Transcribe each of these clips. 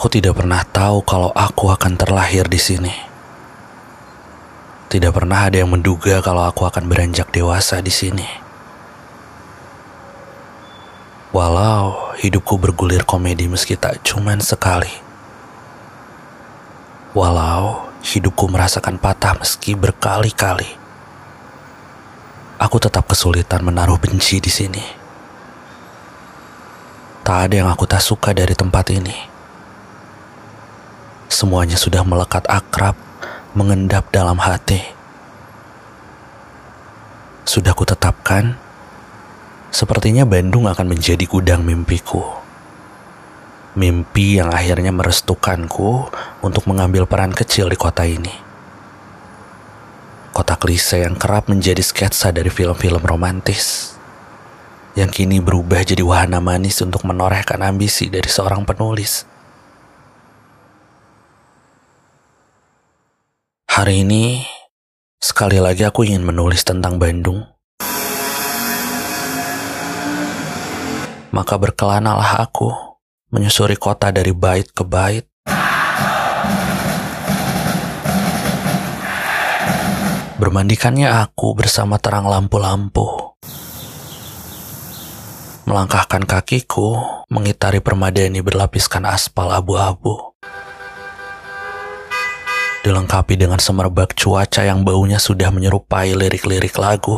Aku tidak pernah tahu kalau aku akan terlahir di sini. Tidak pernah ada yang menduga kalau aku akan beranjak dewasa di sini. Walau hidupku bergulir komedi meski tak cuman sekali. Walau hidupku merasakan patah meski berkali-kali. Aku tetap kesulitan menaruh benci di sini. Tak ada yang aku tak suka dari tempat ini. Semuanya sudah melekat akrab, mengendap dalam hati. Sudah kutetapkan, sepertinya Bandung akan menjadi gudang mimpiku. Mimpi yang akhirnya merestukanku untuk mengambil peran kecil di kota ini. Kota klise yang kerap menjadi sketsa dari film-film romantis, yang kini berubah jadi wahana manis untuk menorehkan ambisi dari seorang penulis. Hari ini, sekali lagi aku ingin menulis tentang Bandung. Maka berkelanalah aku menyusuri kota dari bait ke bait. Bermandikannya aku bersama terang lampu-lampu. Melangkahkan kakiku mengitari permadani berlapiskan aspal abu-abu. Dilengkapi dengan semerbak cuaca yang baunya sudah menyerupai lirik-lirik lagu.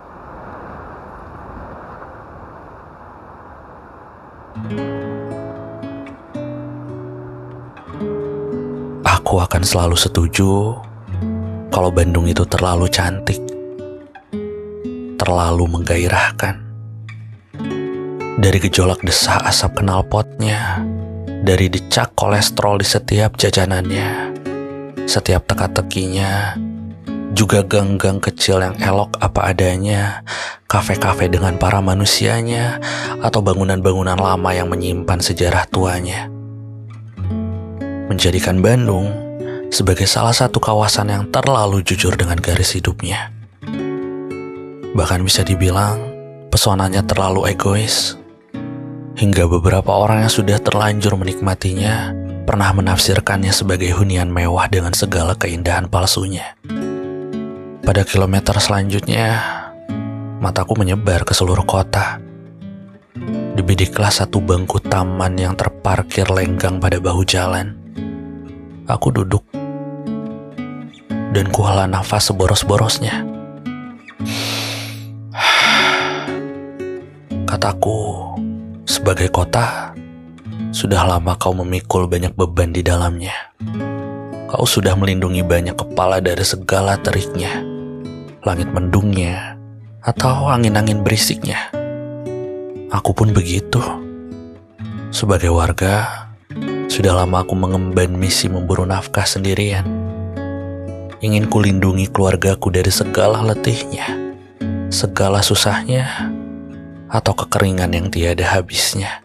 Aku akan selalu setuju kalau Bandung itu terlalu cantik, terlalu menggairahkan. Dari gejolak desah asap knalpotnya, dari decak kolesterol di setiap jajanannya, setiap teka-tekinya, juga gang-gang kecil yang elok apa adanya, kafe-kafe dengan para manusianya, atau bangunan-bangunan lama yang menyimpan sejarah tuanya. Menjadikan Bandung sebagai salah satu kawasan yang terlalu jujur dengan garis hidupnya. Bahkan bisa dibilang pesonanya terlalu egois, hingga beberapa orang yang sudah terlanjur menikmatinya pernah menafsirkannya sebagai hunian mewah dengan segala keindahan palsunya. Pada kilometer selanjutnya, mataku menyebar ke seluruh kota. Dibidiklah satu bangku taman yang terparkir lenggang pada bahu jalan. Aku duduk dan kuhela nafas seboros-borosnya. Kataku, sebagai kota, sudah lama kau memikul banyak beban di dalamnya. Kau sudah melindungi banyak kepala dari segala teriknya, langit mendungnya, atau angin-angin berisiknya. Aku pun begitu. Sebagai warga, sudah lama aku mengemban misi memburu nafkah sendirian. Ingin kulindungi keluargaku dari segala letihnya, segala susahnya, atau kekeringan yang tiada habisnya.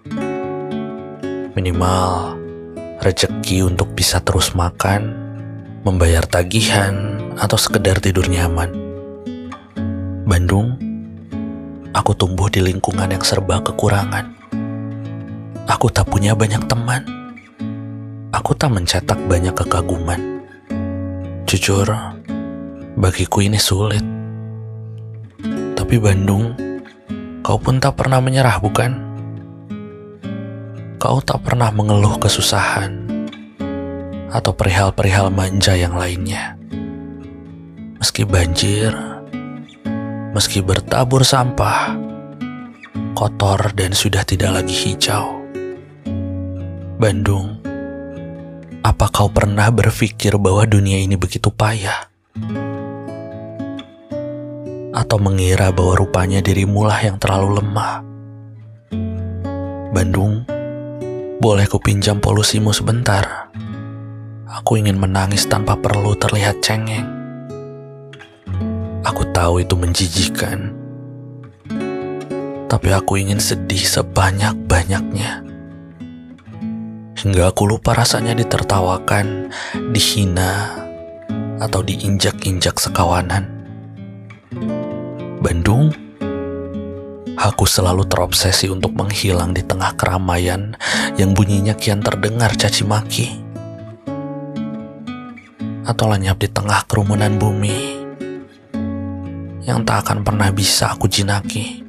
Minimal rezeki untuk bisa terus makan, membayar tagihan, atau sekedar tidur nyaman. Bandung, aku tumbuh di lingkungan yang serba kekurangan. Aku tak punya banyak teman. Aku tak mencetak banyak kekaguman. Jujur, bagiku ini sulit. Tapi Bandung, kau pun tak pernah menyerah, bukan? Kau tak pernah mengeluh kesusahan atau perihal-perihal manja yang lainnya. Meski banjir, meski bertabur sampah, kotor dan sudah tidak lagi hijau. Bandung, apa kau pernah berpikir bahwa dunia ini begitu payah? Atau mengira bahwa rupanya dirimulah yang terlalu lemah? Bandung, boleh ku pinjam polusimu sebentar? Aku ingin menangis tanpa perlu terlihat cengeng. Aku tahu itu menjijikan, tapi aku ingin sedih sebanyak-banyaknya. Hingga aku lupa rasanya ditertawakan, dihina, atau diinjak-injak sekawanan. Bandung, Aku selalu terobsesi untuk menghilang di tengah keramaian yang bunyinya kian terdengar caci maki, atau lenyap di tengah kerumunan bumi yang tak akan pernah bisa aku jinaki.